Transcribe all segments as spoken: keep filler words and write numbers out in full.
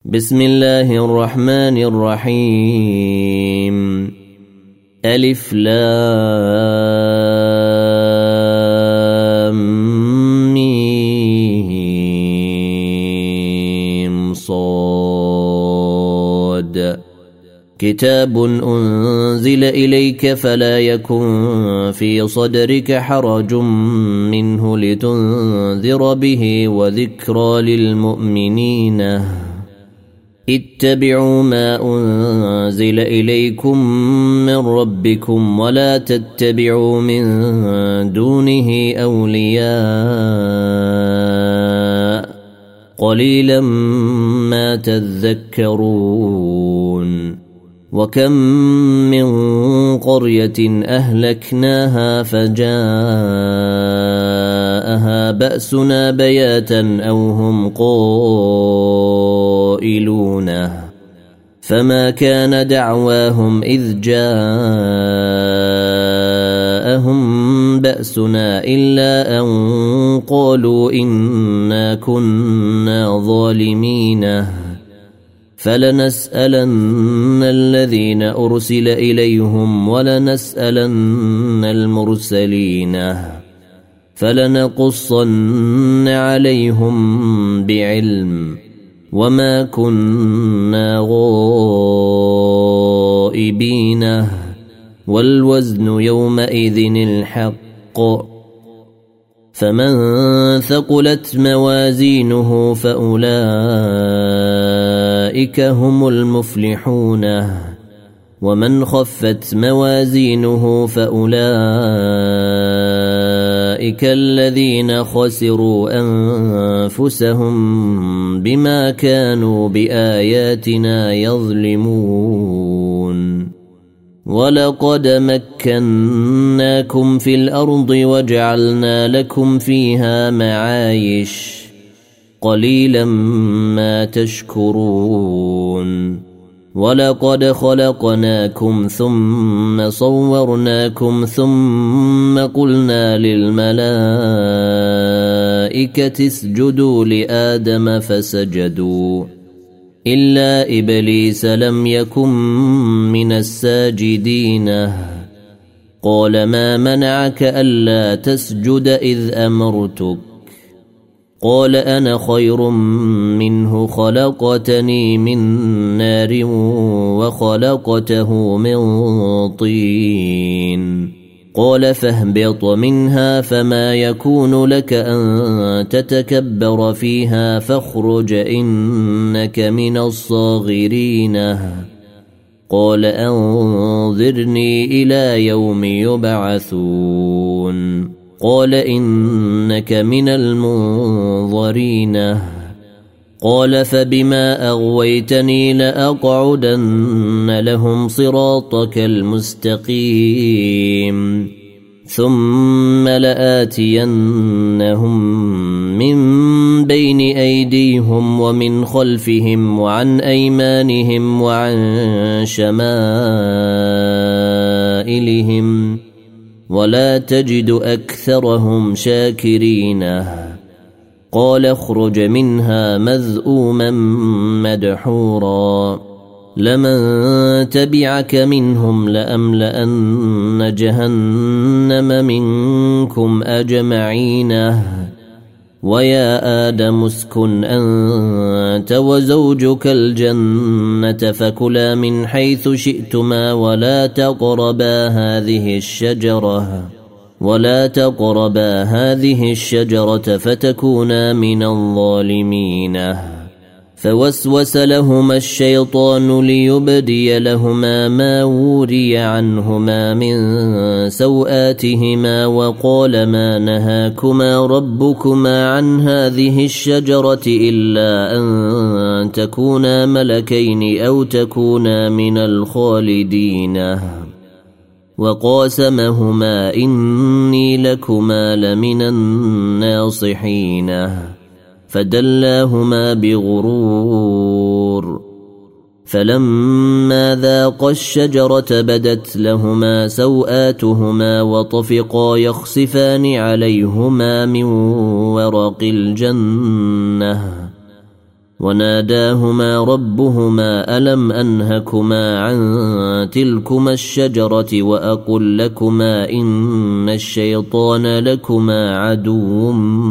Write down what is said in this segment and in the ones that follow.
بسم الله الرحمن الرحيم. ألف لام ميم صاد. كتاب أنزل إليك فلا يكن في صدرك حرج منه لتنذر به وذكرى للمؤمنين. اتبعوا ما أنزل إليكم من ربكم ولا تتبعوا من دونه أولياء قليلا ما تذكرون. وكم من قرية أهلكناها فجاءها بأسنا بياتا أو هم قائلون فما كان دعواهم إذ جاءهم بأسنا إلا أن قالوا إنا كنا ظالمين فلنسألن الذين أرسل إليهم ولنسألن المرسلين فلنقصن عليهم بعلم وما كنا غائبين والوزن يومئذ الحق. فمن ثقلت موازينه فأولئك هم المفلحون ومن خفت موازينه فأولئك الذين خسروا أنفسهم بما كانوا بآياتنا يظلمون. ولقد مكناكم في الأرض وجعلنا لكم فيها معايش قليلا ما تشكرون. ولقد خلقناكم ثم صورناكم ثم قلنا للملائكة اسجدوا لآدم فسجدوا إلا إبليس لم يكن من الساجدين. قال ما منعك ألا تسجد إذ أمرتك؟ قال أنا خير منه خلقتني من نار وخلقته من طين. قال فاهبط منها فما يكون لك أن تتكبر فيها فاخرج إنك من الصاغرين. قال أنظرني إلى يوم يبعثون. قال إنك من المنظرين. قال فبما أغويتني لأقعدن لهم صراطك المستقيم ثم لآتينهم من بين أيديهم ومن خلفهم وعن أيمانهم وعن شمائلهم ولا تجد أكثرهم شاكرين. قال اخرج منها مذءوما مدحورا لمن تبعك منهم لأملأن جهنم منكم أجمعين. ويا آدم اسكن أنت وزوجك الجنة فكلا من حيث شئتما ولا تقربا هذه الشجرة ولا تقربا هذه الشجرة فتكونا من الظالمين. فوسوس لهما الشيطان ليبدي لهما ما وري عنهما من سوآتهما وقال ما نهاكما ربكما عن هذه الشجرة إلا أن تكونا ملكين أو تكونا من الخالدين. وقاسمهما إني لكما لمن الناصحين فدلاهما بغرور. فلما ذاقا الشجرة بدت لهما سوآتهما وطفقا يخصفان عليهما من ورق الجنة وناداهما ربهما ألم أنهكما عن تلكما الشجرة وأقل لكما إن الشيطان لكما عدو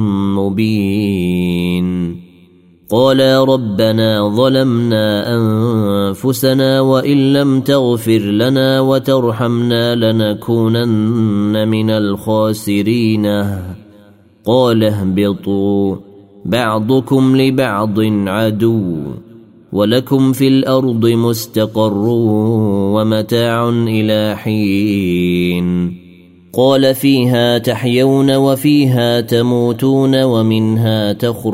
مبين قالا ربنا ظلمنا أنفسنا وإن لم تغفر لنا وترحمنا لنكونن من الخاسرين قال اهبطوا بعضكم لبعض عدو ولكم في الأرض مستقر ومتاع إلى حين قال فيها تحيون وفيها تموتون ومنها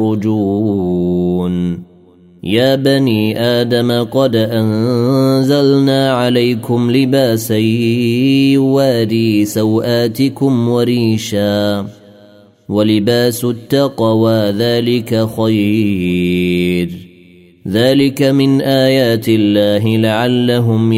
تخرجون يا بني آدم قد أنزلنا عليكم لباسا يواري سوآتكم وريشا ولباس التقوى ذلك خير ذلك من آيات الله لعلهم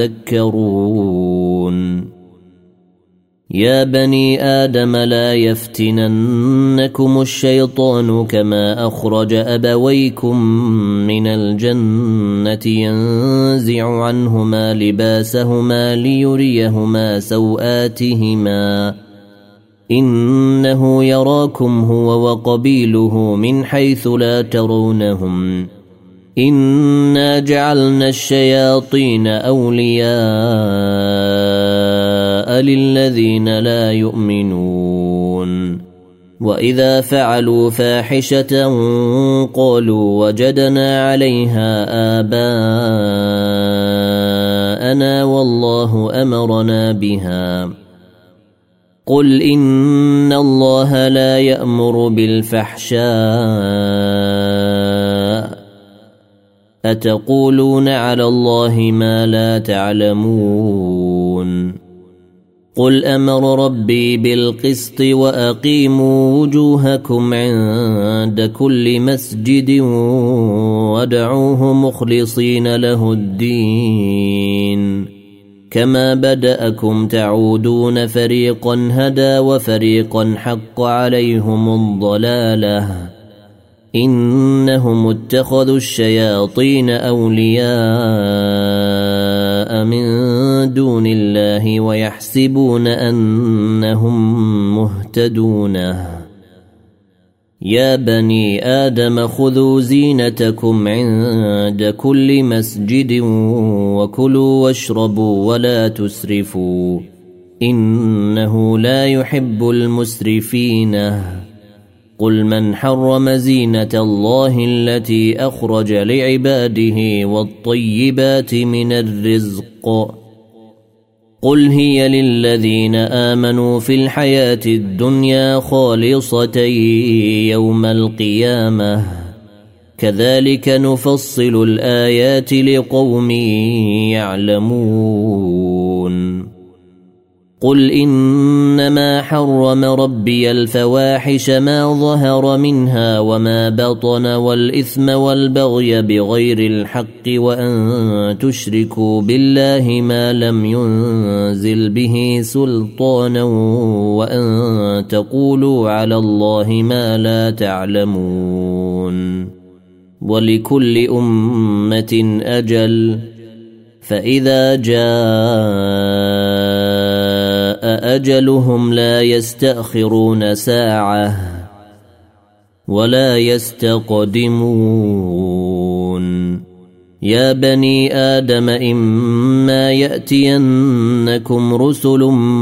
يذكرون يا بني آدم لا يفتننكم الشيطان كما أخرج أبويكم من الجنة ينزع عنهما لباسهما ليريهما سوآتهما إنه يراكم هو وقبيله من حيث لا ترونهم إنا جعلنا الشياطين أولياء للذين لا يؤمنون وإذا فعلوا فاحشة قالوا وجدنا عليها آباءنا والله أمرنا بها قل إن الله لا يأمر بالفحشاء أتقولون على الله ما لا تعلمون قل أمر ربي بالقسط وأقيموا وجوهكم عند كل مسجد وادعوه مخلصين له الدين كما بدأكم تعودون فريقا هدى وفريقا حق عليهم الضلالة إنهم اتخذوا الشياطين أولياء من دون الله ويحسبون أنهم مهتدون يا بني آدم خذوا زينتكم عند كل مسجد وكلوا واشربوا ولا تسرفوا إنه لا يحب المسرفين قل من حرم زينة الله التي أخرج لعباده والطيبات من الرزق قل هي للذين آمنوا في الحياة الدنيا خالصة يوم القيامة كذلك نفصل الآيات لقوم يعلمون قل إنما حرم ربي الفواحش ما ظهر منها وما بطن والإثم والبغي بغير الحق وأن تشركوا بالله ما لم ينزل به سلطانا وأن تقولوا على الله ما لا تعلمون ولكل أمة أجل فإذا جاء أجلهم لا يستأخرون ساعة ولا يستقدمون يا بني آدم إما يأتينكم رسل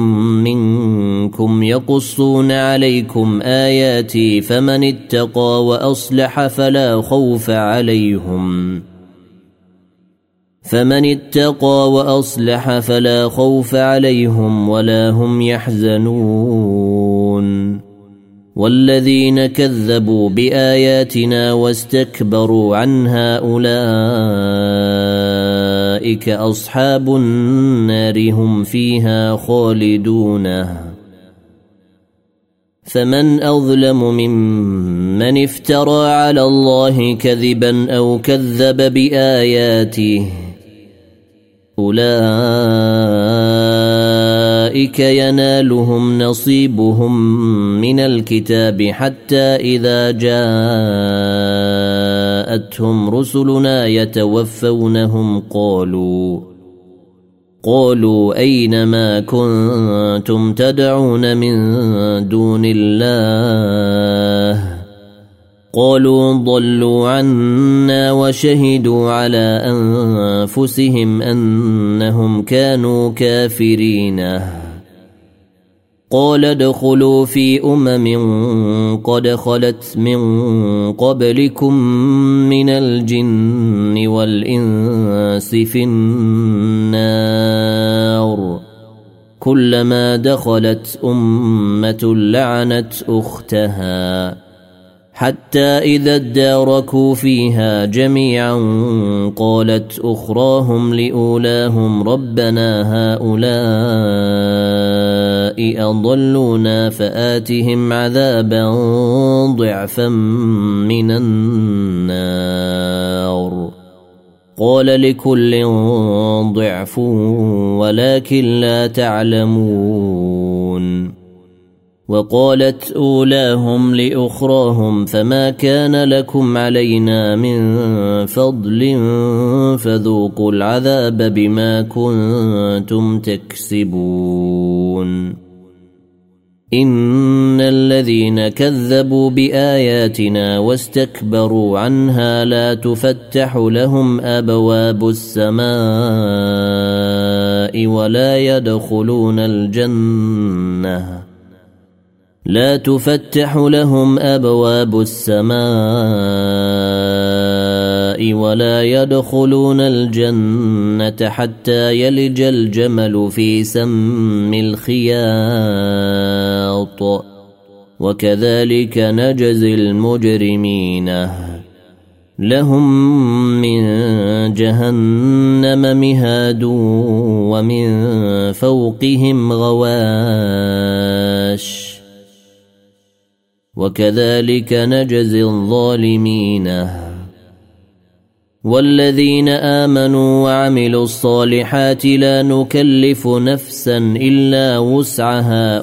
منكم يقصون عليكم آياتي فمن اتقى وأصلح فلا خوف عليهم فمن اتقى وأصلح فلا خوف عليهم ولا هم يحزنون والذين كذبوا بآياتنا واستكبروا عنها أولئك أصحاب النار هم فيها خالدون فمن أظلم ممن افترى على الله كذبا أو كذب بآياته أولئك ينالهم نصيبهم من الكتاب حتى إذا جاءتهم رسلنا يتوفونهم قالوا قالوا أين ما كنتم تدعون من دون الله قالوا ضلوا عنا وشهدوا على أنفسهم أنهم كانوا كافرين قال ادخلوا في أمم قد خلت من قبلكم من الجن والإنس في النار كلما دخلت أمة لعنت أختها حتى إذا اداركوا فيها جميعا قالت أخراهم لأولاهم ربنا هؤلاء أضلونا فآتهم عذابا ضعفا من النار قال لكل ضعف ولكن لا تعلمون وقالت أولاهم لأخراهم فما كان لكم علينا من فضل فذوقوا العذاب بما كنتم تكسبون إن الذين كذبوا بآياتنا واستكبروا عنها لا تفتح لهم أبواب السماء ولا يدخلون الجنة لا تفتح لهم أبواب السماء ولا يدخلون الجنة حتى يلج الجمل في سم الخياط وكذلك نجزي المجرمين لهم من جهنم مهاد ومن فوقهم غواش وكذلك نجزي الظالمين والذين آمنوا وعملوا الصالحات لا نكلف نفسا إلا وسعها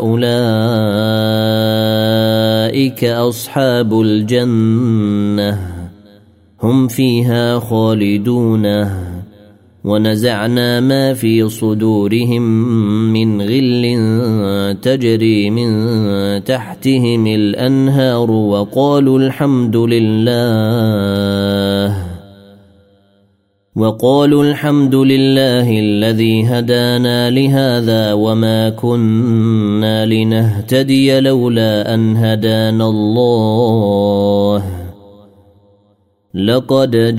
أولئك أصحاب الجنة هم فيها خالدون ونزعنا ما في صدورهم من غل تجري من تحتهم الأنهار وقالوا الحمد لله وقالوا الحمد لله الذي هدانا لهذا وما كنا لنهتدي لولا أن هدانا الله لقد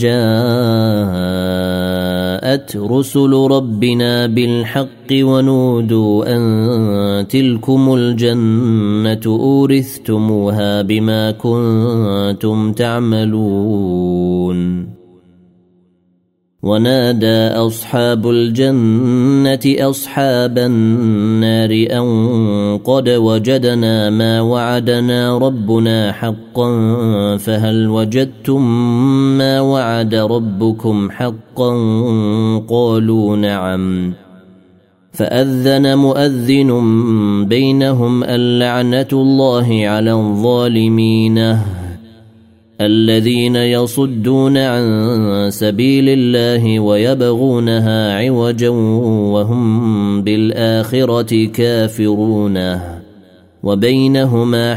جاءت رسل ربنا بالحق ونودوا أن تلكم الجنة أورثتموها بما كنتم تعملون ونادى أصحاب الجنة أصحاب النار أن قد وجدنا ما وعدنا ربنا حقا فهل وجدتم ما وعد ربكم حقا قالوا نعم فأذن مؤذن بينهم اللعنة الله على الظالمين الذين يصدون عن سبيل الله ويبغونها عوجا وهم بالآخرة كافرون وبينهما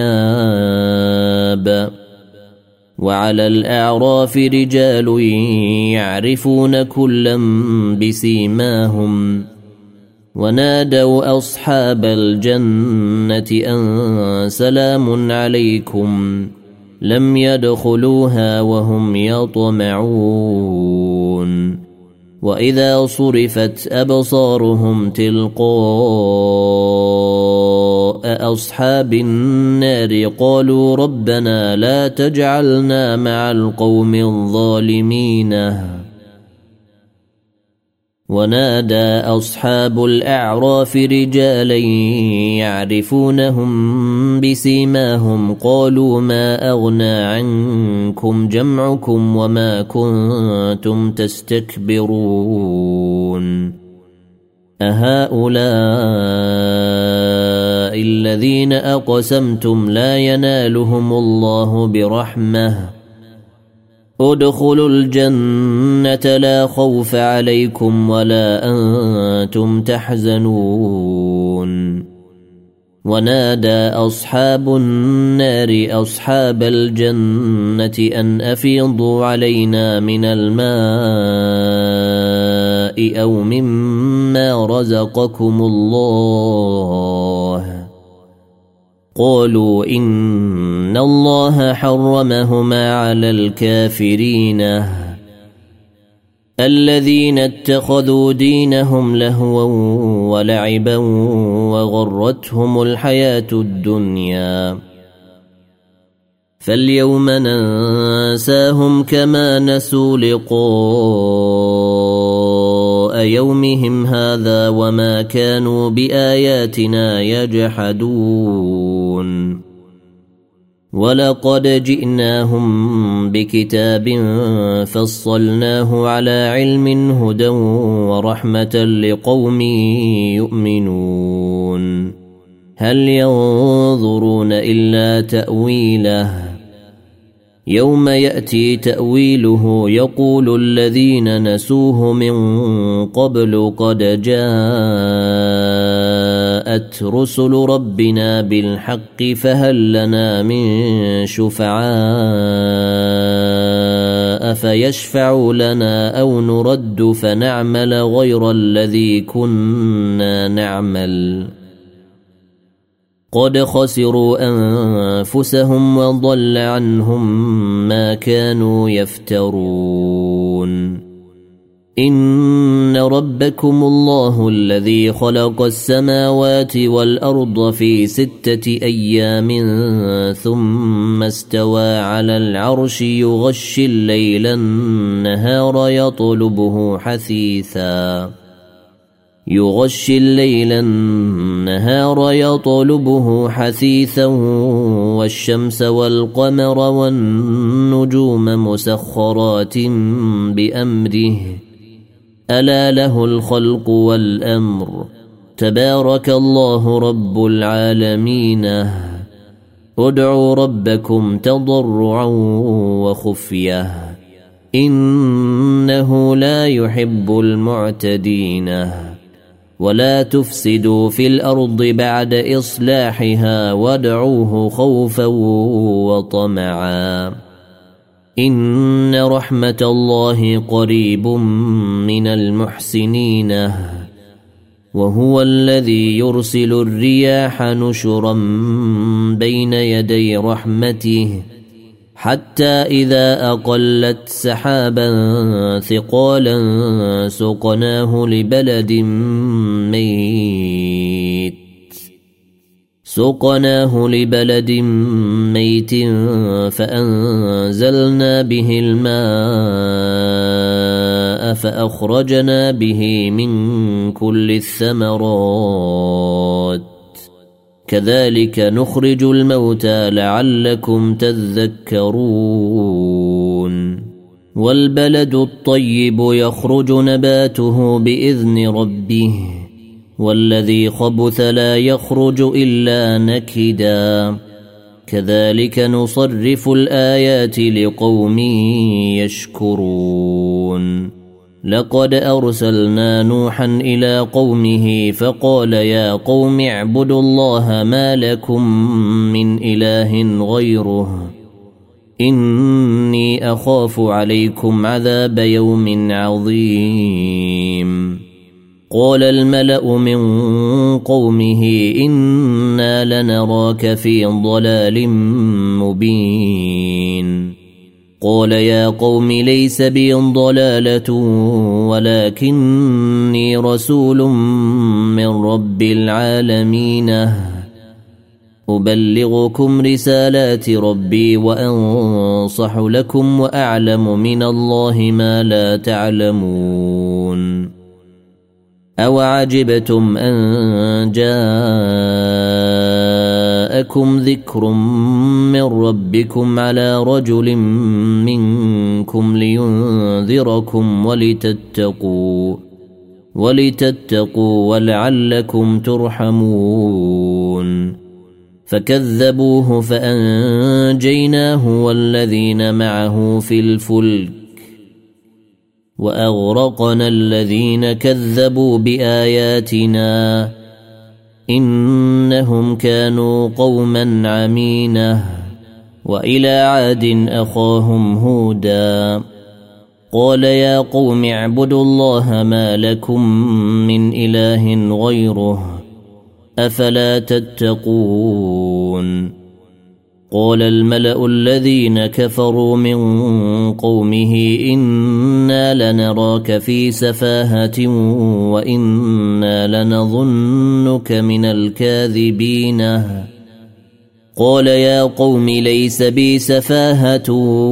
حجاب وعلى الأعراف رجال يعرفون كلا بسيماهم ونادوا أصحاب الجنة أن سلام عليكم لم يدخلوها وهم يطمعون وإذا صرفت أبصارهم تلقاء أصحاب النار قالوا ربنا لا تجعلنا مع القوم الظالمين ونادى أصحاب الأعراف رجالا يعرفونهم بسيماهم قالوا ما أغنى عنكم جمعكم وما كنتم تستكبرون أهؤلاء الذين أقسمتم لا ينالهم الله برحمة ادخلوا الجنة لا خوف عليكم ولا أنتم تحزنون ونادى أصحاب النار أصحاب الجنة أن أفيضوا علينا من الماء أو مما رزقكم الله قالوا إن الله حرمهما على الكافرين الذين اتخذوا دينهم لهوا ولعبا وغرتهم الحياة الدنيا فاليوم ننساهم كما نسوا لقاء يومهم هذا وما كانوا بآياتنا يجحدون ولقد جئناهم بكتاب فصلناه على علم هدى ورحمة لقوم يؤمنون هل ينظرون إلا تأويله يوم يأتي تأويله يقول الذين نسوه من قبل قد جاءت رسل ربنا بالحق فهل لنا من شفعاء فيشفعوا لنا أو نرد فنعمل غير الذي كنا نعمل قد خسروا أنفسهم وضل عنهم ما كانوا يفترون إن ربكم الله الذي خلق السماوات والأرض في ستة أيام ثم استوى على العرش يغشي الليل النهار يطلبه حثيثا يغشي الليل النهار يطلبه حثيثا والشمس والقمر والنجوم مسخرات بأمره ألا له الخلق والأمر تبارك الله رب العالمين ادعوا ربكم تضرعا وخفية إنه لا يحب المعتدين ولا تفسدوا في الأرض بعد إصلاحها وادعوه خوفا وطمعا إن رحمة الله قريب من المحسنين وهو الذي يرسل الرياح نشرا بين يدي رحمته حتى إذا أقلت سحابا ثقالا سقناه لبلد ميت سقناه لبلد ميت فأنزلنا به الماء فأخرجنا به من كل الثمرات كذلك نخرج الموتى لعلكم تذكرون والبلد الطيب يخرج نباته بإذن ربه والذي خبث لا يخرج إلا نكدا كذلك نصرف الآيات لقوم يشكرون لقد أرسلنا نوحا إلى قومه فقال يا قوم اعبدوا الله ما لكم من إله غيره إني أخاف عليكم عذاب يوم عظيم قال الملأ من قومه إنا لنراك في ضلال مبين قال يا قوم ليس بي ضلالة ولكني رسول من رب العالمين أبلغكم رسالات ربي وأنصح لكم وأعلم من الله ما لا تعلمون أوعجبتم أن جاءكم ذكر من ربكم على رجل منكم لينذركم ولتتقوا ولتتقوا ولعلكم ترحمون فكذبوه فأنجيناه والذين معه في الفلك وأغرقنا الذين كذبوا بآياتنا إنهم كانوا قوما عمينة. وإلى عاد أخاهم هودا قال يا قوم اعبدوا الله ما لكم من إله غيره أفلا تتقون. قال الملأ الذين كفروا من قومه إنا لنراك في سفاهة وإنا لنظنك من الكاذبين. قال يا قوم ليس بي سفاهة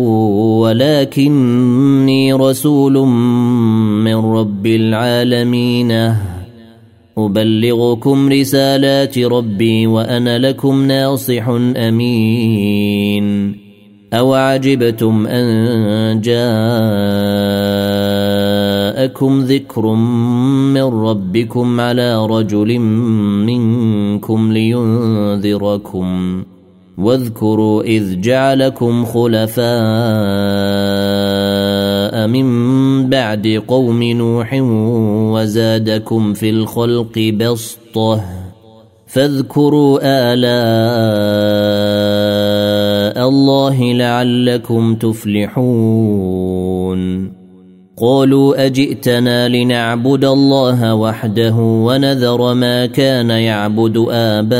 ولكني رسول من رب العالمين أبلغكم رسالات ربي وأنا لكم ناصح أمين. أوعجبتم أن جاءكم ذكر من ربكم على رجل منكم لينذركم واذكروا إذ جعلكم خلفاء من بعد قوم نوح وزادكم في الخلق بسطة فاذكروا آلاء الله لعلكم تفلحون. قالوا أجئتنا لنعبد الله وحده ونذر ما كان يعبد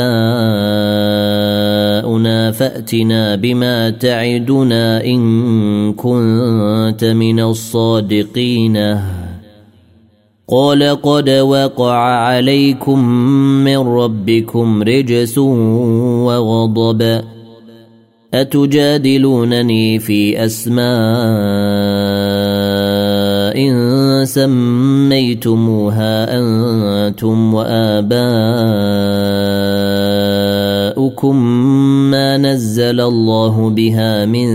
آباؤنا فأتنا بما تعدنا إن كنت من الصادقين. قال قد وقع عليكم من ربكم رجس وغضب أتجادلونني في أسماء سميتموها أنتم وآباؤكم ما نزل الله بها من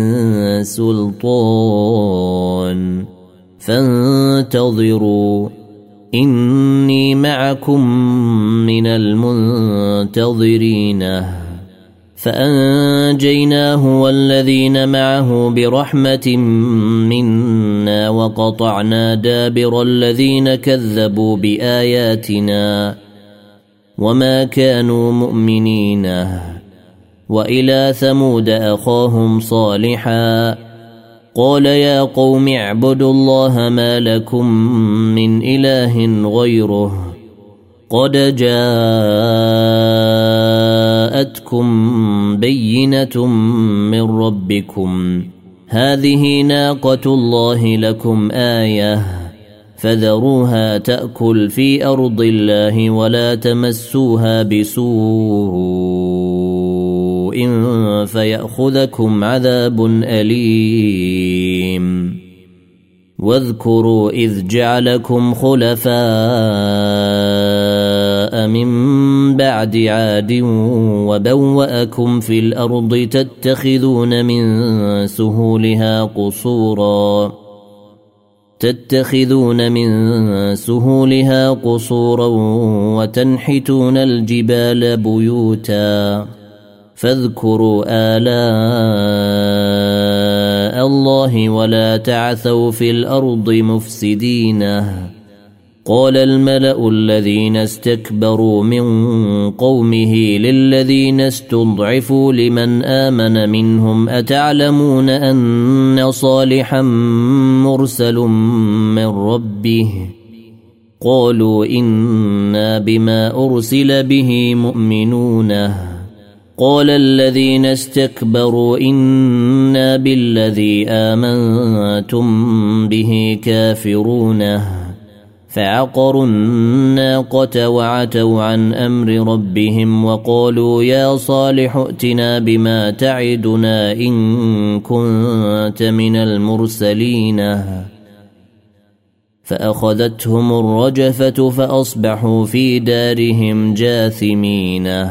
سلطان فانتظروا إني معكم من المنتظرين. فأنجيناه والذين معه برحمة منا وقطعنا دابر الذين كذبوا بآياتنا وما كانوا مؤمنين. وإلى ثمود أخاهم صالحا قال يا قوم اعبدوا الله ما لكم من إله غيره قد جاءتكم بينة من ربكم هذه ناقة الله لكم آية فذروها تأكل في أرض الله ولا تمسوها بسوء فيأخذكم عذاب أليم. واذكروا إذ جعلكم خلفاء من بعد عاد وبوأكم في الأرض تتخذون من سهولها قصورا تتخذون من سهولها قصورا وتنحتون الجبال بيوتا فاذكروا آلاء الله ولا تعثوا في الأرض مفسدين. قال الملأ الذين استكبروا من قومه للذين استضعفوا لمن آمن منهم أتعلمون أن صالحا مرسل من ربه قالوا إنا بما أرسل به مؤمنون. قال الذين استكبروا إنا بالذي آمنتم به كافرون فعقروا الناقة وعتوا عن أمر ربهم وقالوا يا صالح ائتنا بما تعدنا إن كنت من المرسلين. فأخذتهم الرجفة فأصبحوا في دارهم جاثمين.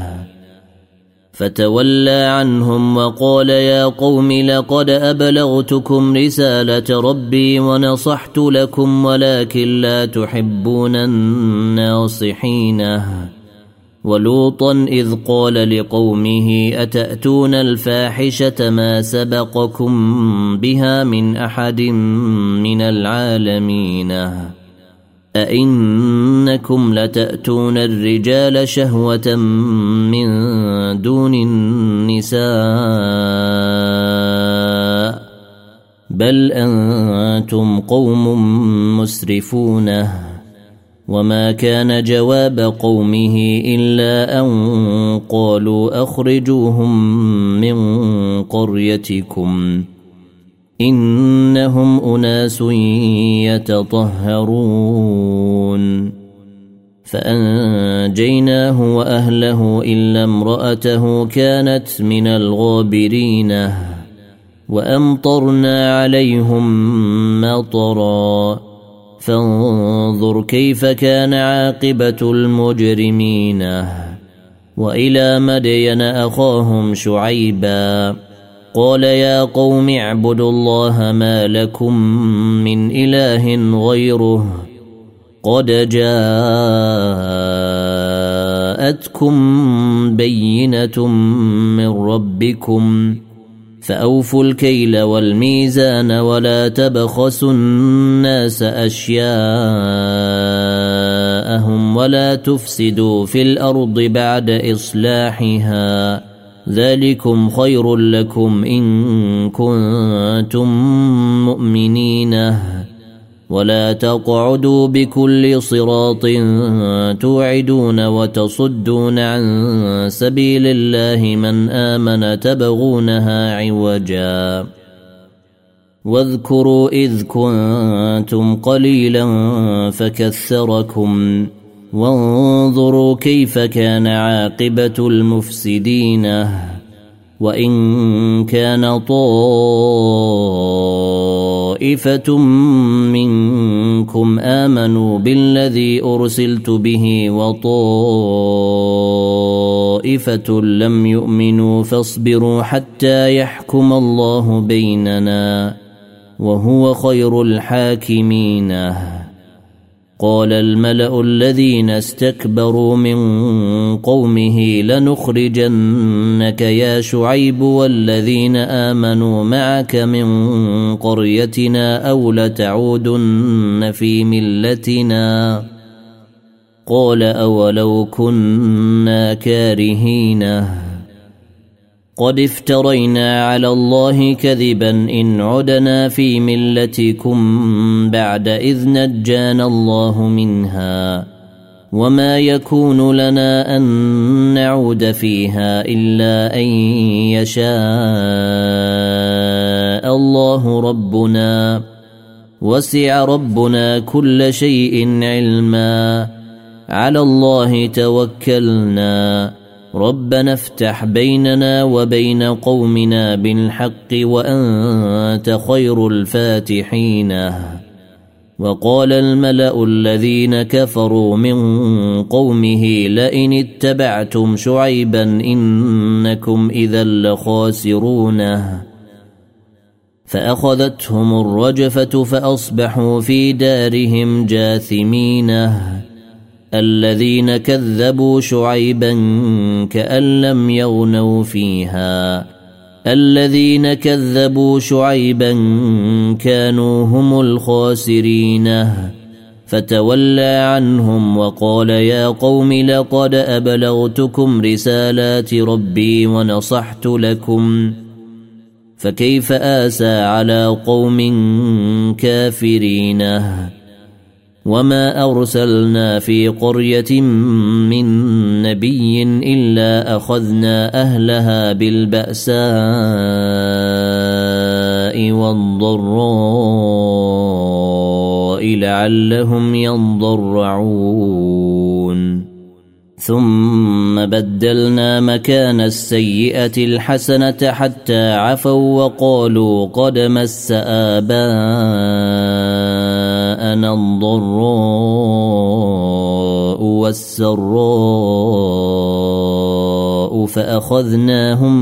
فتولى عنهم وقال يا قوم لقد أبلغتكم رسالة ربي ونصحت لكم ولكن لا تحبون الناصحين. ولوطا إذ قال لقومه أتأتون الفاحشة ما سبقكم بها من أحد من العالمين أئنكم لتأتون الرجال شهوة من دون النساء بل أنتم قوم مسرفون وما كان جواب قومه إلا أن قالوا أخرجوهم من قريتكم إنهم أناس يتطهرون فأنجيناه وأهله إلا امرأته كانت من الغابرين وأمطرنا عليهم مطرا فانظر كيف كان عاقبة المجرمين وإلى مدين أخاهم شعيبا قال يا قوم اعبدوا الله ما لكم من إله غيره قد جاءتكم بينة من ربكم فأوفوا الكيل والميزان ولا تبخسوا الناس أشياءهم ولا تفسدوا في الأرض بعد إصلاحها ذلكم خير لكم إن كنتم مؤمنين ولا تقعدوا بكل صراط توعدون وتصدون عن سبيل الله من آمن تبغونها عوجا واذكروا إذ كنتم قليلا فكثركم وانظروا كيف كان عاقبة المفسدين وإن كان طائفة منكم آمنوا بالذي أرسلت به وطائفة لم يؤمنوا فاصبروا حتى يحكم الله بيننا وهو خير الحاكمين قال الملأ الذين استكبروا من قومه لنخرجنك يا شعيب والذين آمنوا معك من قريتنا أو لتعودن في ملتنا قال أولو كنا كارهين قد افترينا على الله كذبا إن عدنا في ملتكم بعد إذ نجانا الله منها وما يكون لنا أن نعود فيها إلا أن يشاء الله ربنا وسع ربنا كل شيء علما على الله توكلنا ربنا افتح بيننا وبين قومنا بالحق وأنت خير الفاتحين وقال الملأ الذين كفروا من قومه لئن اتبعتم شعيبا إنكم إذا لخاسرون فأخذتهم الرجفة فأصبحوا في دارهم جاثمين الذين كذبوا شعيبا كأن لم يغنوا فيها الذين كذبوا شعيبا كانوا هم الخاسرين فتولى عنهم وقال يا قوم لقد أبلغتكم رسالات ربي ونصحت لكم فكيف آسى على قوم كافرين وما أرسلنا في قرية من نبي إلا أخذنا أهلها بالبأساء والضراء لعلهم ينضرعون ثم بدلنا مكان السيئة الحسنة حتى عفوا وقالوا قد مس آباءنا الضراء والسراء فأخذناهم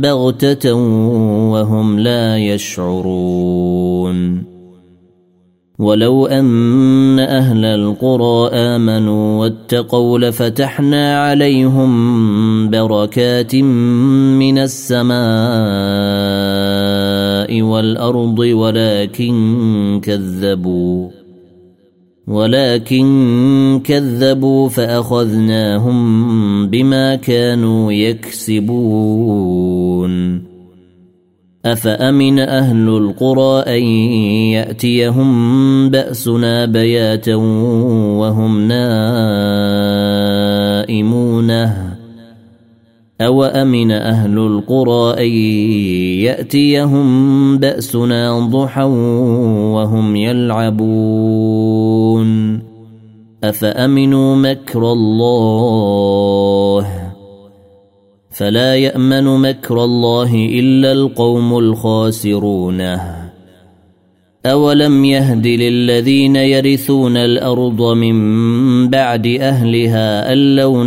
بغتة وهم لا يشعرون ولو أن أهل القرى آمنوا واتقوا لفتحنا عليهم بركات من السماء والأرض ولكن كذبوا ولكن كذبوا فأخذناهم بما كانوا يكسبون أفأمن أهل القرى أن يأتيهم بأسنا بياتا وهم نائمون أو أمن أهل القرى أن يأتيهم بأسنا ضحى وهم يلعبون أفأمنوا مكر الله فلا يأمن مكر الله إلا القوم الخاسرون أولم يهد للذين يرثون الأرض من بعد أهلها أن لو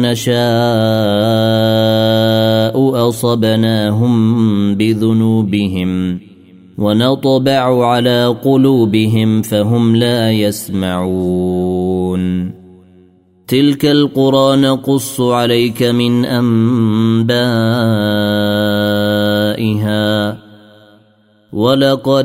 نشاء أصبناهم بذنوبهم ونطبع على قلوبهم فهم لا يسمعون تلك القرى نقص عليك من أنبائها ولقد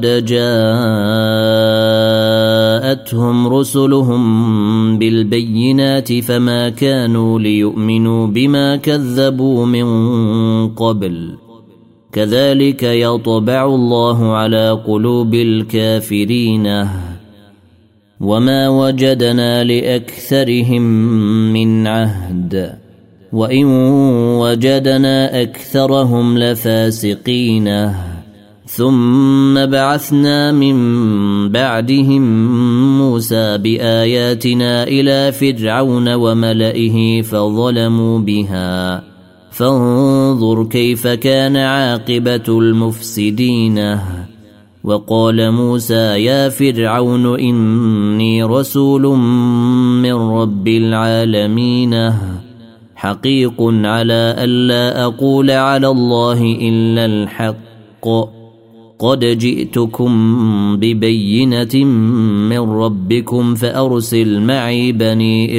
جاءتهم رسلهم بالبينات فما كانوا ليؤمنوا بما كذبوا من قبل كذلك يطبع الله على قلوب الكافرين وما وجدنا لأكثرهم من عهد وإن وجدنا أكثرهم لفاسقين ثم بعثنا من بعدهم موسى بآياتنا إلى فرعون وملئه فظلموا بها فانظر كيف كان عاقبة المفسدين وقال موسى يا فرعون إني رسول من رب العالمين حقيق على ألا أقول على الله إلا الحق قد جئتكم ببينة من ربكم فأرسل معي بني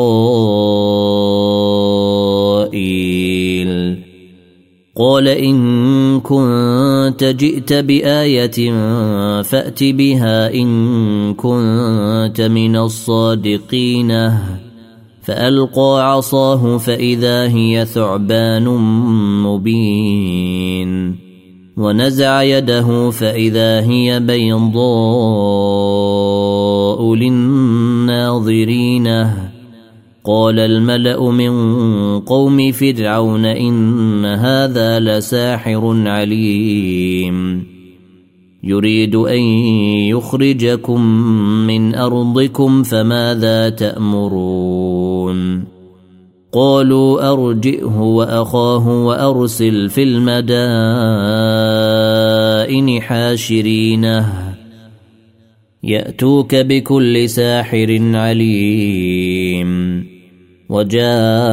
إسرائيل قال إن كنت جئت بآية فأت بها إن كنت من الصادقين فألقى عصاه فإذا هي ثعبان مبين ونزع يده فإذا هي بيضاء للناظرين قال الملأ من قوم فرعون إن هذا لساحر عليم يريد أن يخرجكم من أرضكم فماذا تأمرون قالوا أرجئه وأخاه وأرسل في المدائن حاشرين يأتوك بكل ساحر عليم وجاء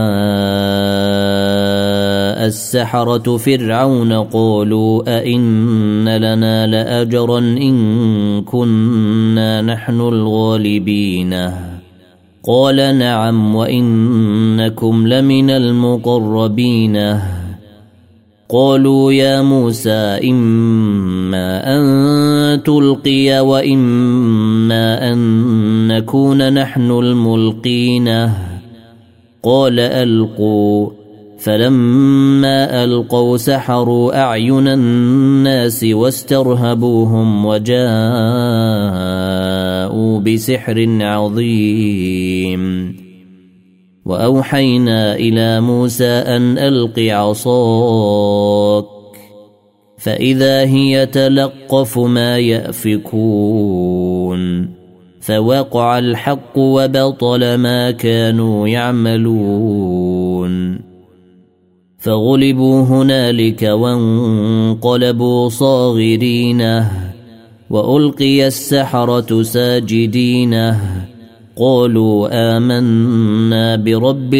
السحرة فرعون قالوا أئن لنا لأجرا إن كنا نحن الغالبين قال نعم وإنكم لمن المقربين قالوا يا موسى إما أن تلقي وإما أن نكون نحن الملقين قال ألقوا فلما ألقوا سحروا أعين الناس واسترهبوهم وجاءوا بسحر عظيم وأوحينا إلى موسى أن ألق عصاك فإذا هي تلقف ما يأفكون فوقع الحق وبطل ما كانوا يعملون فغلبوا هنالك وانقلبوا صاغرين وألقي السحرة ساجدين قالوا آمنا برب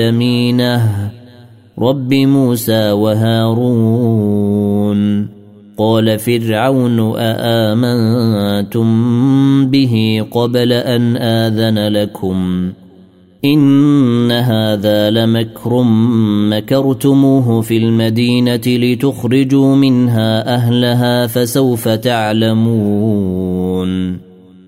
العالمين رب موسى وهارون قال فرعون أآمنتم به قبل أن آذن لكم إن هذا لمكر مكرتموه في المدينة لتخرجوا منها أهلها فسوف تعلمون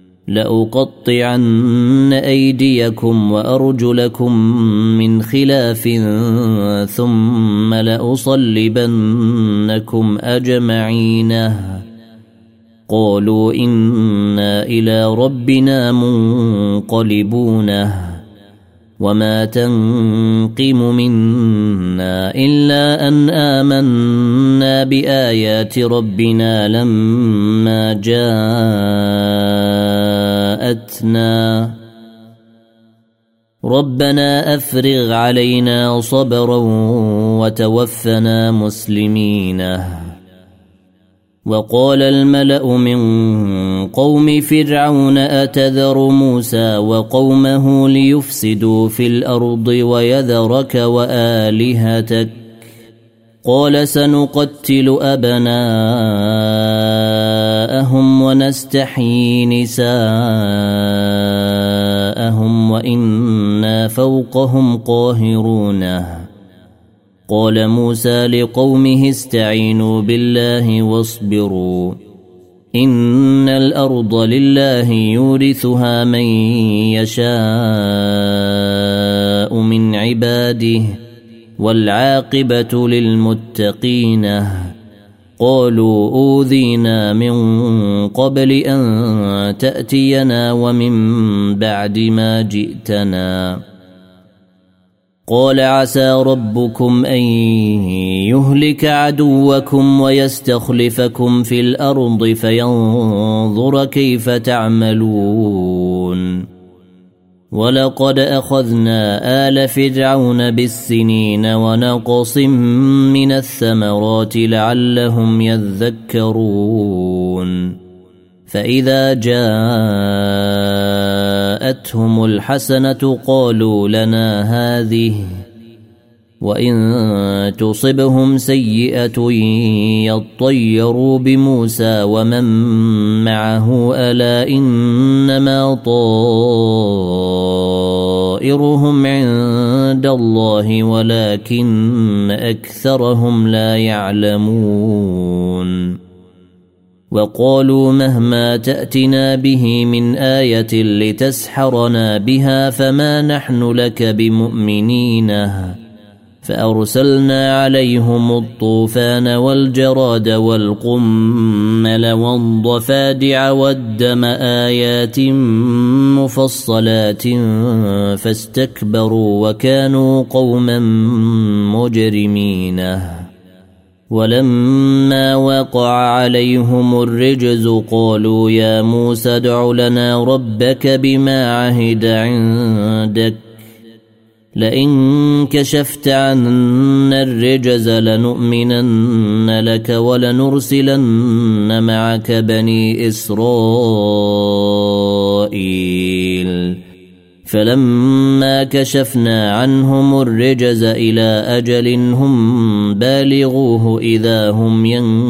لأقطعن أيديكم وأرجلكم من خلاف ثم لأصلبنكم أجمعين قالوا إنا إلى ربنا منقلبون وما تنقم منا إلا أن آمنا بآيات ربنا لما جاءتنا ربنا أفرغ علينا صبرا وتوفنا مسلمين. وقال الملأ من قوم فرعون أتذر موسى وقومه ليفسدوا في الأرض ويذرك وآلهتك قال سنقتل أبناءهم ونستحيي نساءهم وإنا فوقهم قاهرون. قال موسى لقومه استعينوا بالله واصبروا إن الأرض لله يورثها من يشاء من عباده والعاقبة للمتقين. قالوا أوذينا من قبل أن تأتينا ومن بعد ما جئتنا قال عسى ربكم أن يهلك عدوكم ويستخلفكم في الأرض فينظر كيف تعملون. ولقد أخذنا آل فرعون بالسنين ونقص من الثمرات لعلهم يذكرون. فإذا جاءتهم الحسنة قالوا لنا هذه وإن تصبهم سيئة يطيروا بموسى ومن معه ألا إنما طائرهم عند الله ولكن أكثرهم لا يعلمون. وقالوا مهما تأتنا به من آية لتسحرنا بها فما نحن لك بمؤمنين. فأرسلنا عليهم الطوفان والجراد والقمل والضفادع والدم آيات مفصلات فاستكبروا وكانوا قوما مجرمين. ولما وقع عليهم الرجز قالوا يا موسى ادع لنا ربك بما عهد عندك لئن كشفت عنا الرجز لنؤمنن لك ولنرسلن معك بني إسرائيل. فلما كشفنا عنهم الرجز إلى أجل هم بالغوه إذا هم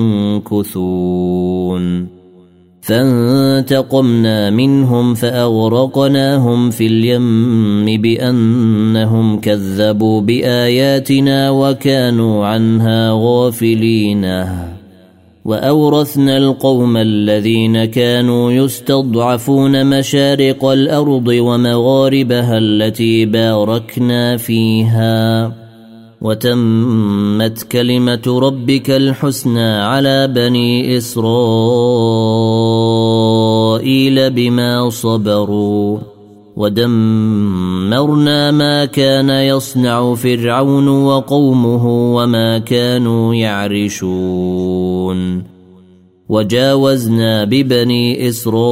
ينكثون. فانتقمنا منهم فأغرقناهم في اليم بأنهم كذبوا بآياتنا وكانوا عنها غافلين. وأورثنا القوم الذين كانوا يستضعفون مشارق الأرض ومغاربها التي باركنا فيها وتمت كلمة ربك الحسنى على بني إسرائيل بما صبروا ودمرنا ما كان يصنع فرعون وقومه وما كانوا يعرشون. وجاوزنا ببني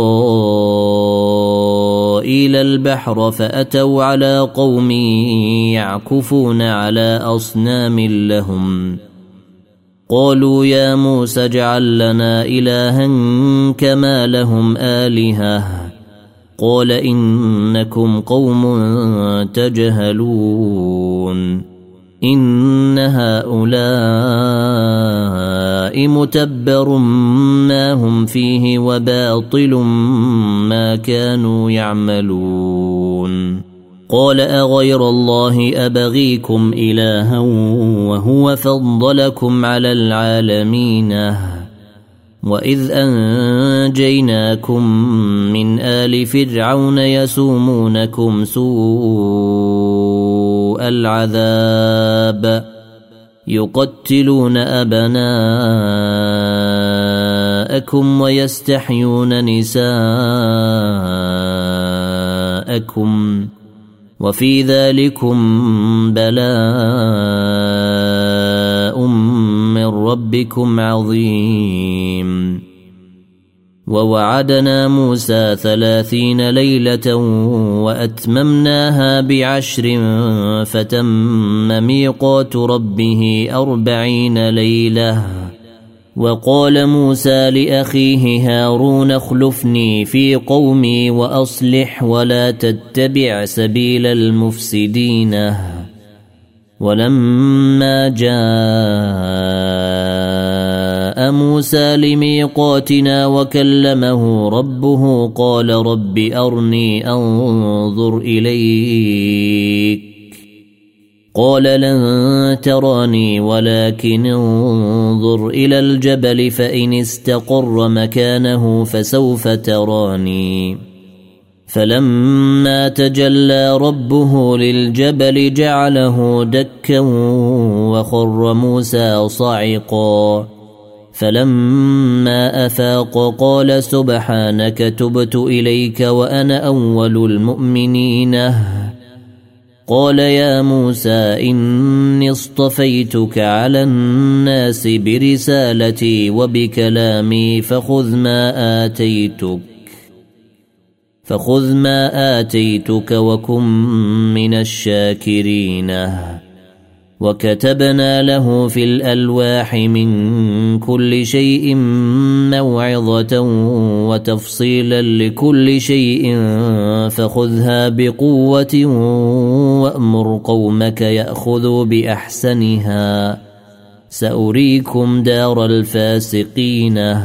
إسرائيل البحر فأتوا على قوم يعكفون على أصنام لهم قالوا يا موسى اجعل لنا إلها كما لهم آلهة قال إنكم قوم تجهلون. إن هؤلاء متبر ما هم فيه وباطل ما كانوا يعملون قال أغير الله أبغيكم إلها وهو فضلكم على العالمين وإذ أنجيناكم من آل فرعون يسومونكم سوء العذاب يقتلون أبناءكم ويستحيون نساءكم وفي ذلكم بلاء من ربكم عظيم ووعدنا موسى ثلاثين ليلة وأتممناها بعشر فتم ميقات ربه أربعين ليلة وقال موسى لأخيه هارون اخلفني في قومي وأصلح ولا تتبع سبيل المفسدين ولما جاء موسى لميقاتنا وكلمه ربه قال رب أرني أنظر إليك قال لن تراني ولكن انظر إلى الجبل فإن استقر مكانه فسوف تراني فلما تجلى ربه للجبل جعله دكا وخر موسى صعقا فلما أفاق قال سبحانك تبت إليك وأنا أول المؤمنين قال يا موسى إني اصطفيتك على الناس برسالتي وبكلامي فخذ ما آتيتك فخذ ما آتيتك وكن من الشاكرين وكتبنا له في الألواح من كل شيء موعظة وتفصيلا لكل شيء فخذها بقوة وأمر قومك يأخذوا بأحسنها سأريكم دار الفاسقين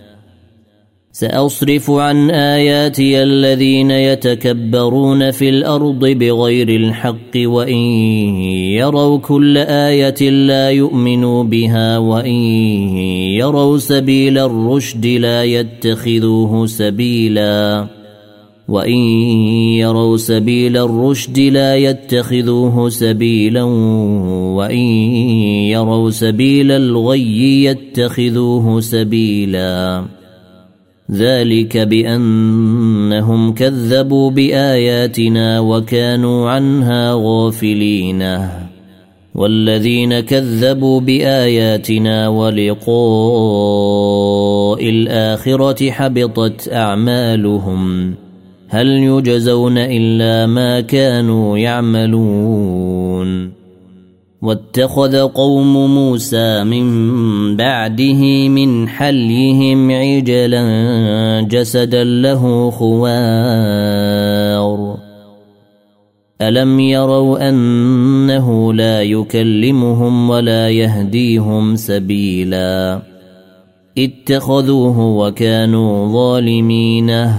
سأصرف عن آياتي الذين يتكبرون في الأرض بغير الحق وإن يروا كل آية لا يؤمنوا بها وإن يروا سبيل الرشد لا يتخذوه سبيلا وإن يروا سبيل الرشد لا يتخذوه سبيلا وإن يروا سبيل الغي يتخذوه سبيلا ذلك بأنهم كذبوا بآياتنا وكانوا عنها غافلين والذين كذبوا بآياتنا ولقاء الآخرة حبطت أعمالهم هل يجزون إلا ما كانوا يعملون واتخذ قوم موسى من بعده من حليهم عجلا جسدا له خوار ألم يروا أنه لا يكلمهم ولا يهديهم سبيلا اتخذوه وكانوا ظالمين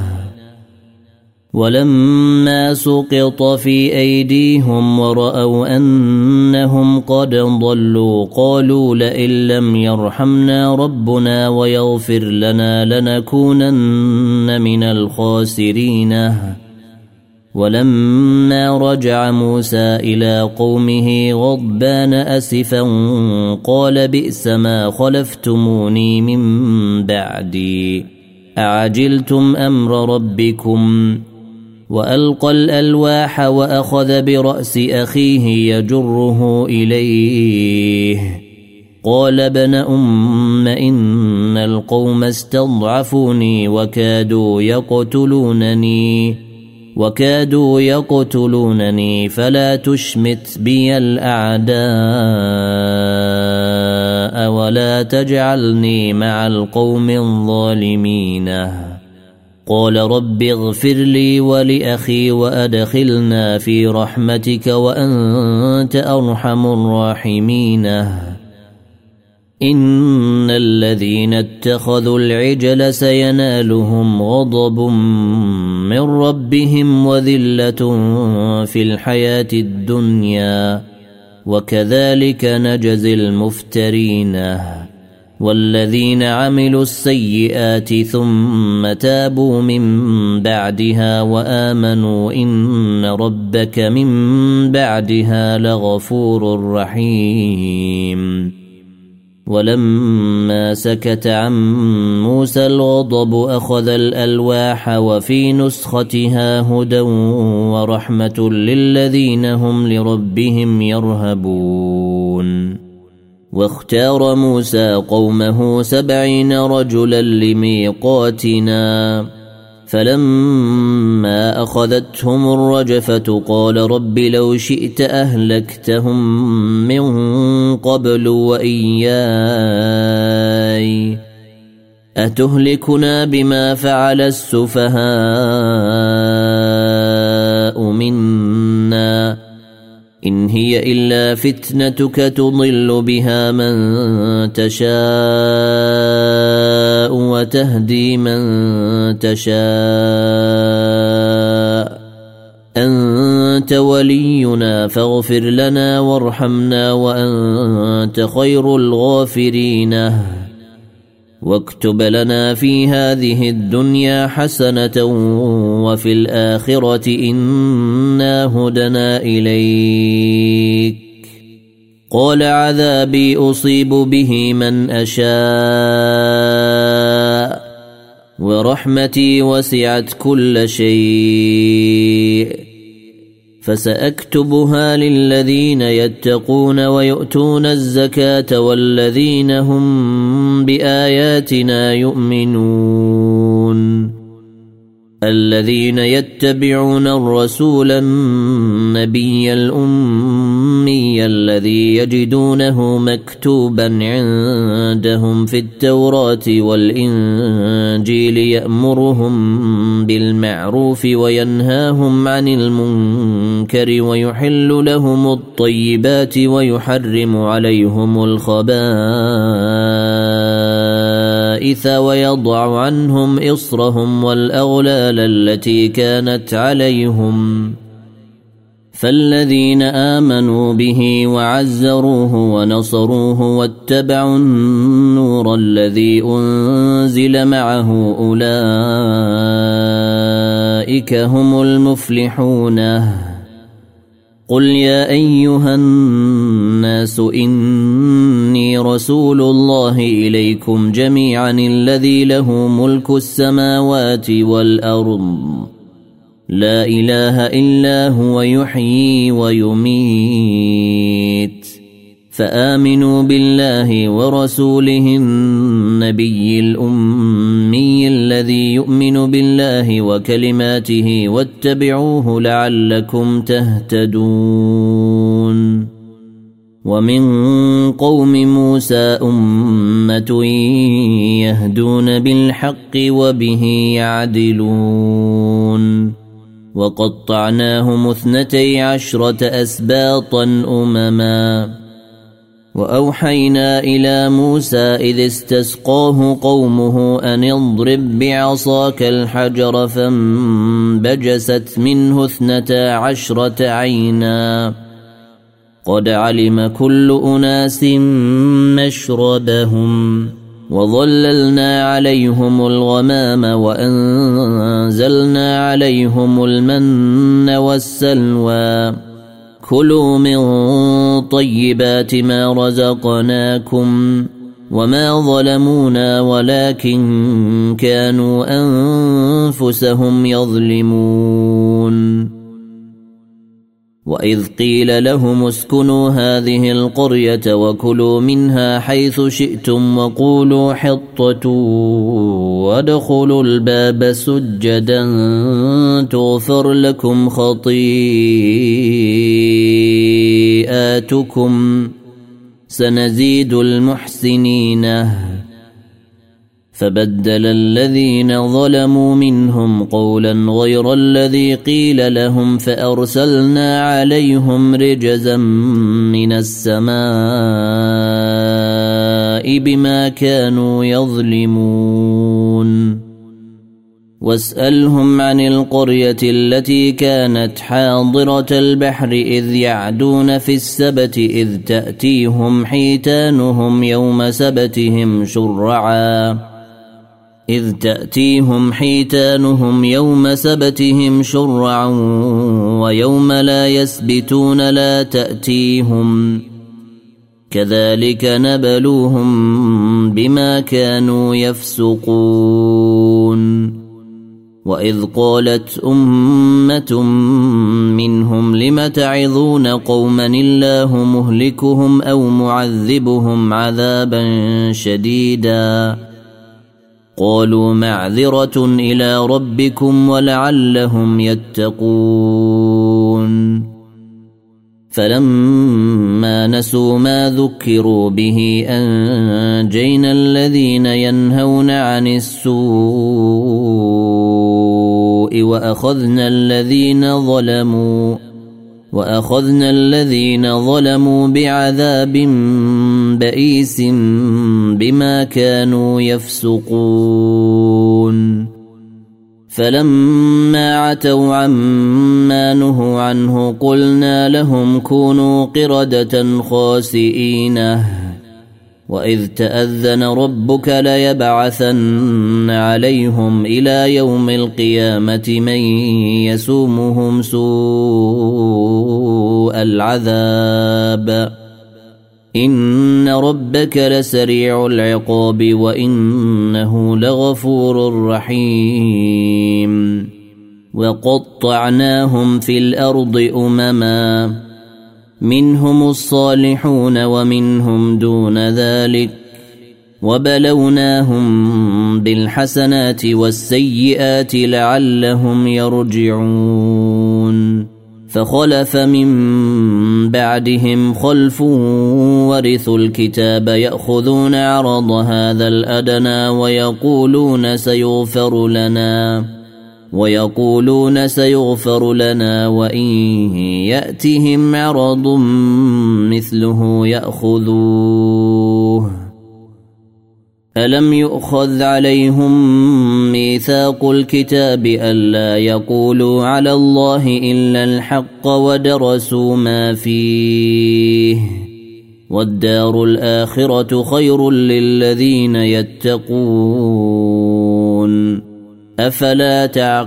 ولما سقط في أيديهم ورأوا أنهم قد ضلوا قالوا لئن لم يرحمنا ربنا ويغفر لنا لنكونن من الخاسرين ولما رجع موسى إلى قومه غضبان أسفا قال بئس ما خلفتموني من بعدي أعجلتم أمر ربكم وألقى الألواح وأخذ برأس أخيه يجره إليه قال ابن أم إن القوم استضعفوني وكادوا يقتلونني وكادوا يقتلونني فلا تشمت بي الأعداء ولا تجعلني مع القوم الظالمين قال رب اغفر لي ولأخي وأدخلنا في رحمتك وأنت أرحم الراحمين إن الذين اتخذوا العجل سينالهم غضب من ربهم وذلة في الحياة الدنيا وكذلك نجزي المفترين والذين عملوا السيئات ثم تابوا من بعدها وآمنوا إن ربك من بعدها لغفور رحيم ولما سكت عن موسى الغضب أخذ الألواح وفي نسختها هدى ورحمة للذين هم لربهم يرهبون واختار موسى قومه سبعين رجلا لميقاتنا فلما أخذتهم الرجفة قال رب لو شئت أهلكتهم من قبل وإياي أتهلكنا بما فعل السفهاء منا إن هي إلا فتنتك تضل بها من تشاء وتهدي من تشاء أنت ولينا فاغفر لنا وارحمنا وأنت خير الغافرين واكتب لنا في هذه الدنيا حسنة وفي الآخرة إنا هدنا إليك قال عذابي أصيب به من أشاء ورحمتي وسعت كل شيء فسأكتبها للذين يتقون ويؤتون الزكاة والذين هم بآياتنا يؤمنون الذين يتبعون الرسول النبي الأمي الذي يجدونه مكتوبا عندهم في التوراة والإنجيل يأمرهم بالمعروف وينهاهم عن المنكر ويحل لهم الطيبات ويحرم عليهم الخبائث ويضع عنهم إصرهم والأغلال التي كانت عليهم فالذين آمنوا به وعزروه ونصروه واتبعوا النور الذي أنزل معه أولئك هم المفلحون قل يا أيها الناس إني رسول الله إليكم جميعا الذي له ملك السماوات والأرض لا إله إلا هو يحيي ويميت فآمنوا بالله ورسوله النبي الأمي الذي يؤمن بالله وكلماته واتبعوه لعلكم تهتدون ومن قوم موسى أمة يهدون بالحق وبه يعدلون وقطعناهم اثنتي عشرة أسباطا أمما وأوحينا إلى موسى إذ استسقاه قومه أن اضرب بعصاك الحجر فانبجست منه اثنتا عشرة عينا قد علم كل أناس مشربهم وظللنا عليهم الغمام وأنزلنا عليهم المن والسلوى كلوا من طيبات ما رزقناكم وما ظلمونا ولكن كانوا أنفسهم يظلمون وإذ قيل لهم اسكنوا هذه القرية وكلوا منها حيث شئتم وقولوا حطة وادخلوا الباب سجدا تغفر لكم خطيئاتكم سنزيد المحسنين فبدل الذين ظلموا منهم قولا غير الذي قيل لهم فأرسلنا عليهم رجزا من السماء بما كانوا يظلمون واسألهم عن القرية التي كانت حاضرة البحر إذ يعدون في السبت إذ تأتيهم حيتانهم يوم سبتهم شرعا إذ تأتيهم حيتانهم يوم سبتهم شرعا ويوم لا يسبتون لا تأتيهم كذلك نبلوهم بما كانوا يفسقون وإذ قالت أمة منهم لم تعظون قوما الله مهلكهم أو معذبهم عذابا شديدا قالوا معذرة إلى ربكم ولعلهم يتقون فلما نسوا ما ذكروا به أنجينا الذين ينهون عن السوء وأخذنا الذين ظلموا وأخذنا الذين ظلموا بعذاب بئيس بما كانوا يفسقون فلما عتوا عما نهوا عنه قلنا لهم كونوا قردة خاسئين وإذ تأذن ربك ليبعثن عليهم إلى يوم القيامة من يسومهم سوء العذاب إن ربك لسريع العقاب وإنه لغفور رحيم وقطعناهم في الأرض أمما منهم الصالحون ومنهم دون ذلك وبلوناهم بالحسنات والسيئات لعلهم يرجعون فخلف من بعدهم خلف ورثوا الكتاب يأخذون عرض هذا الأدنى ويقولون سيغفر لنا ويقولون سيغفر لنا وإن يأتهم عرض مثله يأخذوه ألم يؤخذ عليهم ميثاق الكتاب ألا يقولوا على الله إلا الحق ودرسوا ما فيه والدار الآخرة خير للذين يتقون أفلا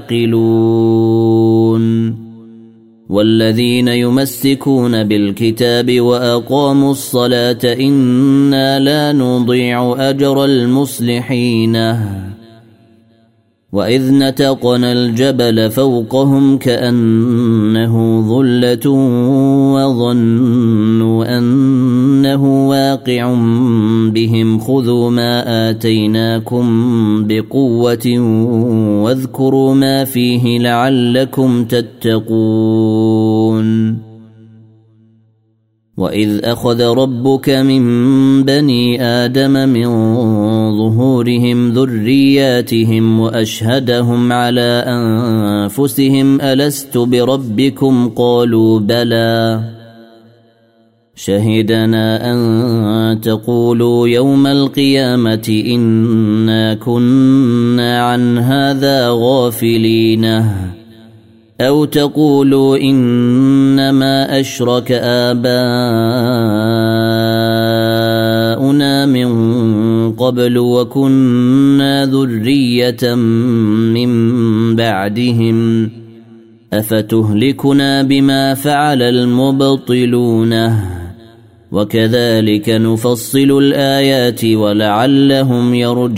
تعقلون والذين يمسكون بالكتاب وأقاموا الصلاة إنا لا نضيع أجر المصلحين وإذ نتقنا الجبل فوقهم كأنه ظلة وظنوا أنه واقع بهم خذوا ما آتيناكم بقوة واذكروا ما فيه لعلكم تتقون وإذ أخذ ربك من بني آدم من ظهورهم ذرياتهم وأشهدهم على أنفسهم ألست بربكم قالوا بلى شهدنا أن تقولوا يوم القيامة إنا كنا عن هذا غافلين أو تقولوا إنما أشرك آباؤنا من قبل وكنا ذرية من بعدهم أفتهلكنا بما فعل المبطلون وكذلك نفصل الآيات ولعلهم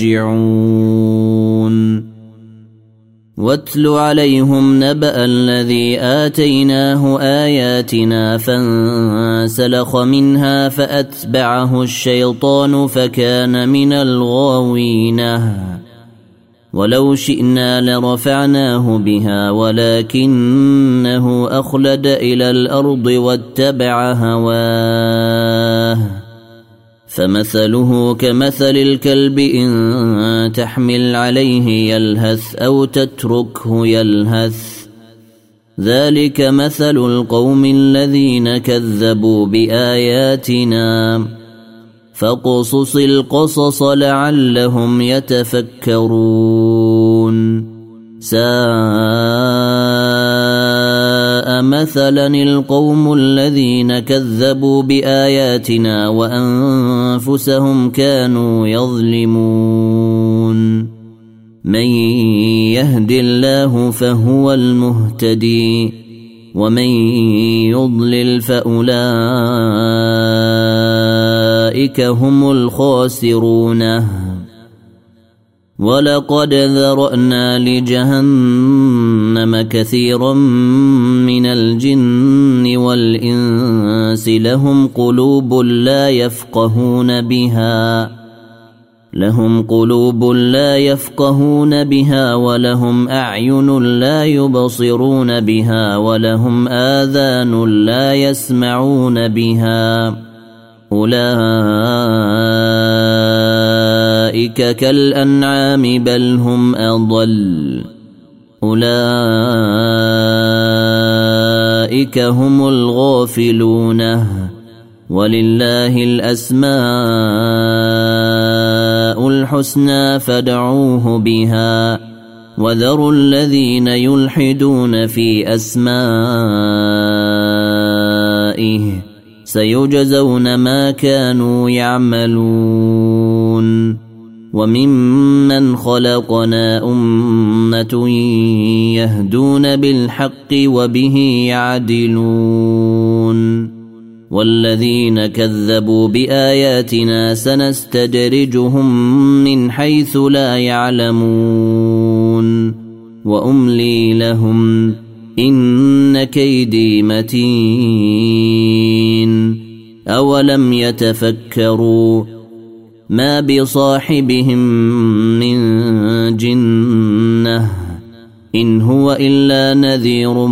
يرجعون واتل عليهم نبأ الذي آتيناه آياتنا فانسلخ منها فأتبعه الشيطان فكان من الغاوين ولو شئنا لرفعناه بها ولكنه أخلد إلى الأرض واتبع هواه فمثله كمثل الكلب إن تحمل عليه يلهث أو تتركه يلهث ذلك مثل القوم الذين كذبوا بآياتنا فاقصص القصص لعلهم يتفكرون ساء مثلا القوم الذين كذبوا بآياتنا وأنفسهم كانوا يظلمون من يهد الله فهو المهتدي ومن يضلل فأولئك هم الخاسرون ولقد ذرأنا لجهنم كثيرا من الجن والإنس لهم قلوب لا يفقهون بها لهم قلوب لا يفقهون بها ولهم أعين لا يبصرون بها ولهم آذان لا يسمعون بها أولئك كالأنعام بل هم أضل أولئك هم الغافلون ولله الأسماء الحسنى فادعوه بها وذروا الذين يلحدون في أسمائه سيجزون ما كانوا يعملون وممن خلقنا أمة يهدون بالحق وبه يعدلون والذين كذبوا بآياتنا سنستدرجهم من حيث لا يعلمون وأملي لهم إن كيدي متين أولم يتفكروا ما بصاحبهم من جنة إن هو إلا نذير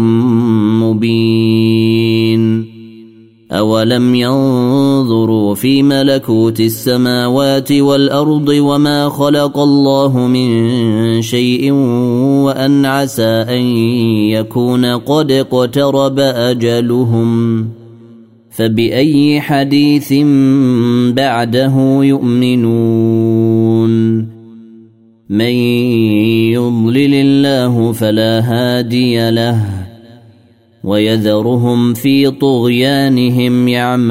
مبين أولم ينظروا في ملكوت السماوات والأرض وما خلق الله من شيء وأن عسى أن يكون قد اقترب أجلهم فبأي حديث بعده يؤمنون من يضلل الله فلا هادي له ويذرهم في طغيانهم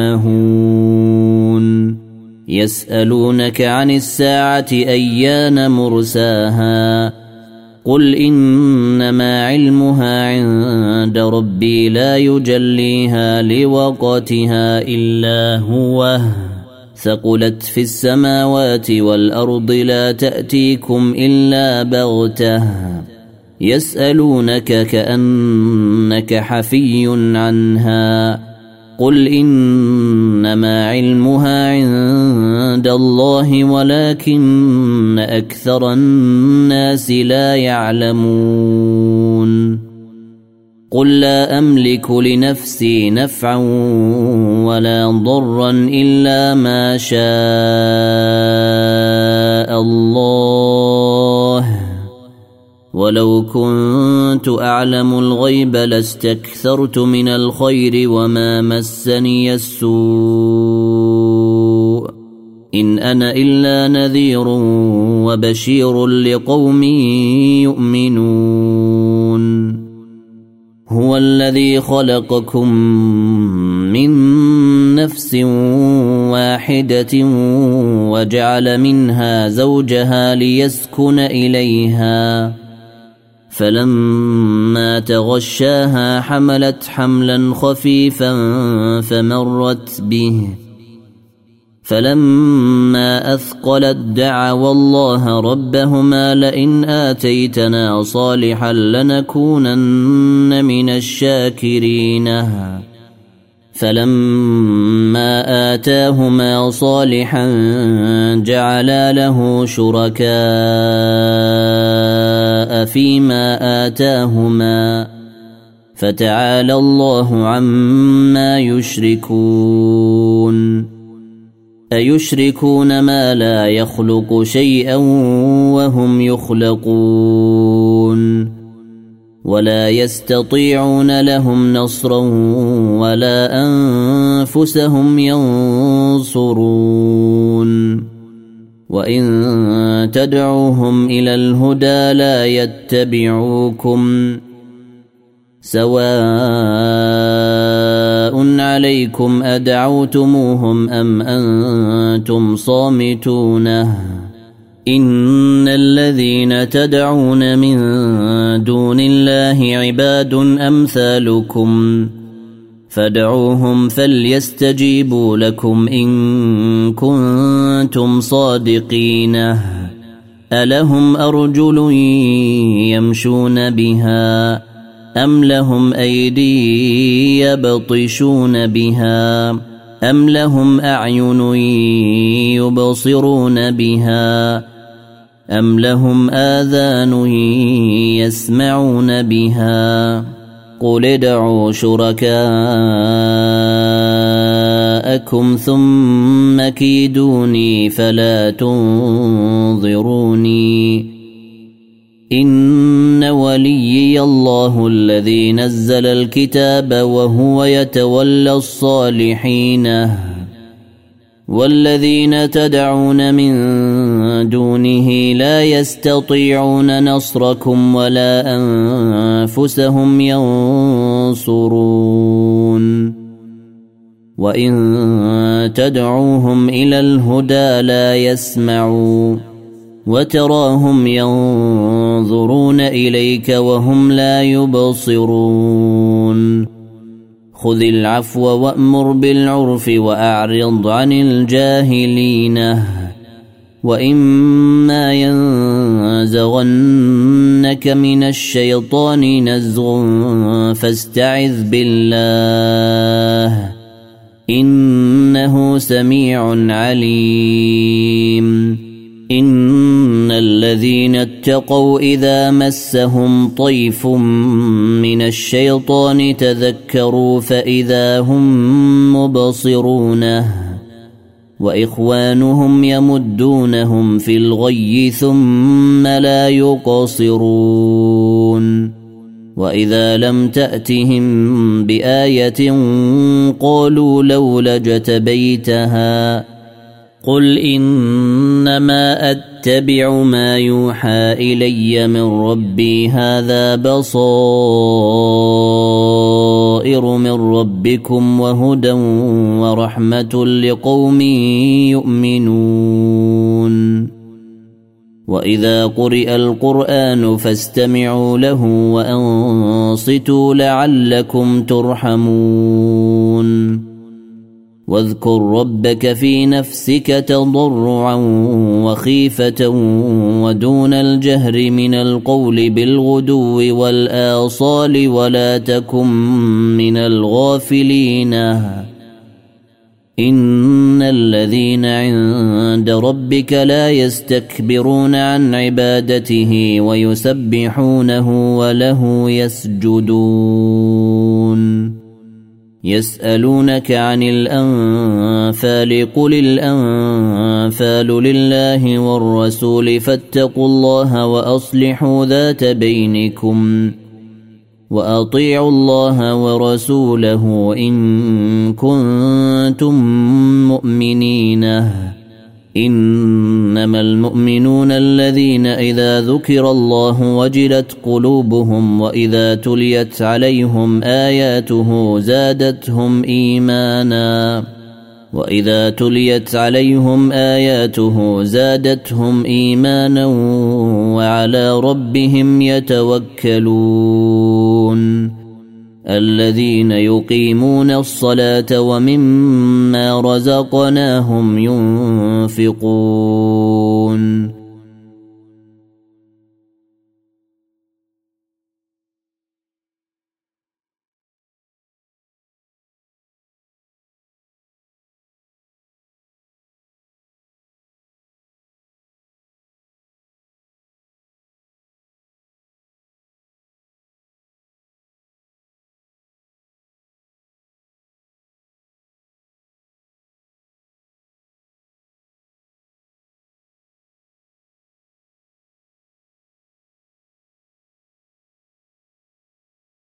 يعمهون يسألونك عن الساعة أيان مرساها قل إنما علمها عند ربي لا يجليها لوقتها إلا هو ثقلت في السماوات والأرض لا تأتيكم إلا بغتة يسألونك كأنك حفي عنها قل إنما علمها عند الله ولكن أكثر الناس لا يعلمون قل لا أملك لنفسي نفعا ولا ضرا إلا ما شاء الله ولو كنت أعلم الغيب لاستكثرت من الخير وما مسني السوء إن أنا إلا نذير وبشير لقوم يؤمنون هو الذي خلقكم من نفس واحدة وجعل منها زوجها ليسكن إليها فلما تغشاها حملت حملا خفيفا فمرت به فلما أثقلت دعوا الله ربهما لئن آتيتنا صالحا لنكونن من الشاكرين فلما آتاهما صالحا جعلا له شركاء فيما آتاهما فتعالى الله عما يشركون أيشركون ما لا يخلق شيئا وهم يخلقون ولا يستطيعون لهم نصرا ولا أنفسهم ينصرون وإن تدعوهم إلى الهدى لا يتبعوكم سواء عليكم أدعوتموهم أم أنتم صامتونه إن الذين تدعون من دون الله عباد أمثالكم فادعوهم فليستجيبوا لكم إن كنتم صادقين ألهم أرجل يمشون بها أم لهم أيدي يبطشون بها أم لهم أعين يبصرون بها أم لهم آذان يسمعون بها قل ادعوا شركاءكم ثم كيدوني فلا تنظروني إن وليي الله الذي نزل الكتاب وهو يتولى الصالحين والذين تدعون من دونه لا يستطيعون نصركم ولا أنفسهم ينصرون وإن تدعوهم إلى الهدى لا يسمعوا وتراهم ينظرون إليك وهم لا يبصرون خذ العفو وأمر بالعرف وأعرض عن الجاهلين وإما ينزغنك من الشيطان نزغ فاستعذ بالله إنه سميع عليم إن الذين اتقوا إذا مسهم طيف من الشيطان تذكروا فإذا هم مبصرونه وإخوانهم يمدونهم في الغي ثم لا يقصرون وإذا لم تأتهم بآية قالوا لولا اجتبيتها قل إنما أتبع ما يوحى إلي من ربي هذا بصائر من ربكم وهدى ورحمة لقوم يؤمنون وإذا قرئ القرآن فاستمعوا له وأنصتوا لعلكم ترحمون واذكر ربك في نفسك تضرعا وخيفة ودون الجهر من القول بالغدو والآصال ولا تكن من الغافلين إن الذين عند ربك لا يستكبرون عن عبادته ويسبحونه وله يسجدون يسألونك عن الأنفال قل الأنفال لله والرسول فاتقوا الله وأصلحوا ذات بينكم وأطيعوا الله ورسوله إن كنتم مؤمنين إنما المؤمنون الذين إذا ذكر الله وجلت قلوبهم وإذا تليت عليهم آياته زادتهم إيمانا وإذا تليت عليهم آياته زادتهم إيمانا وعلى ربهم يتوكلون الذين يقيمون الصلاة ومما رزقناهم ينفقون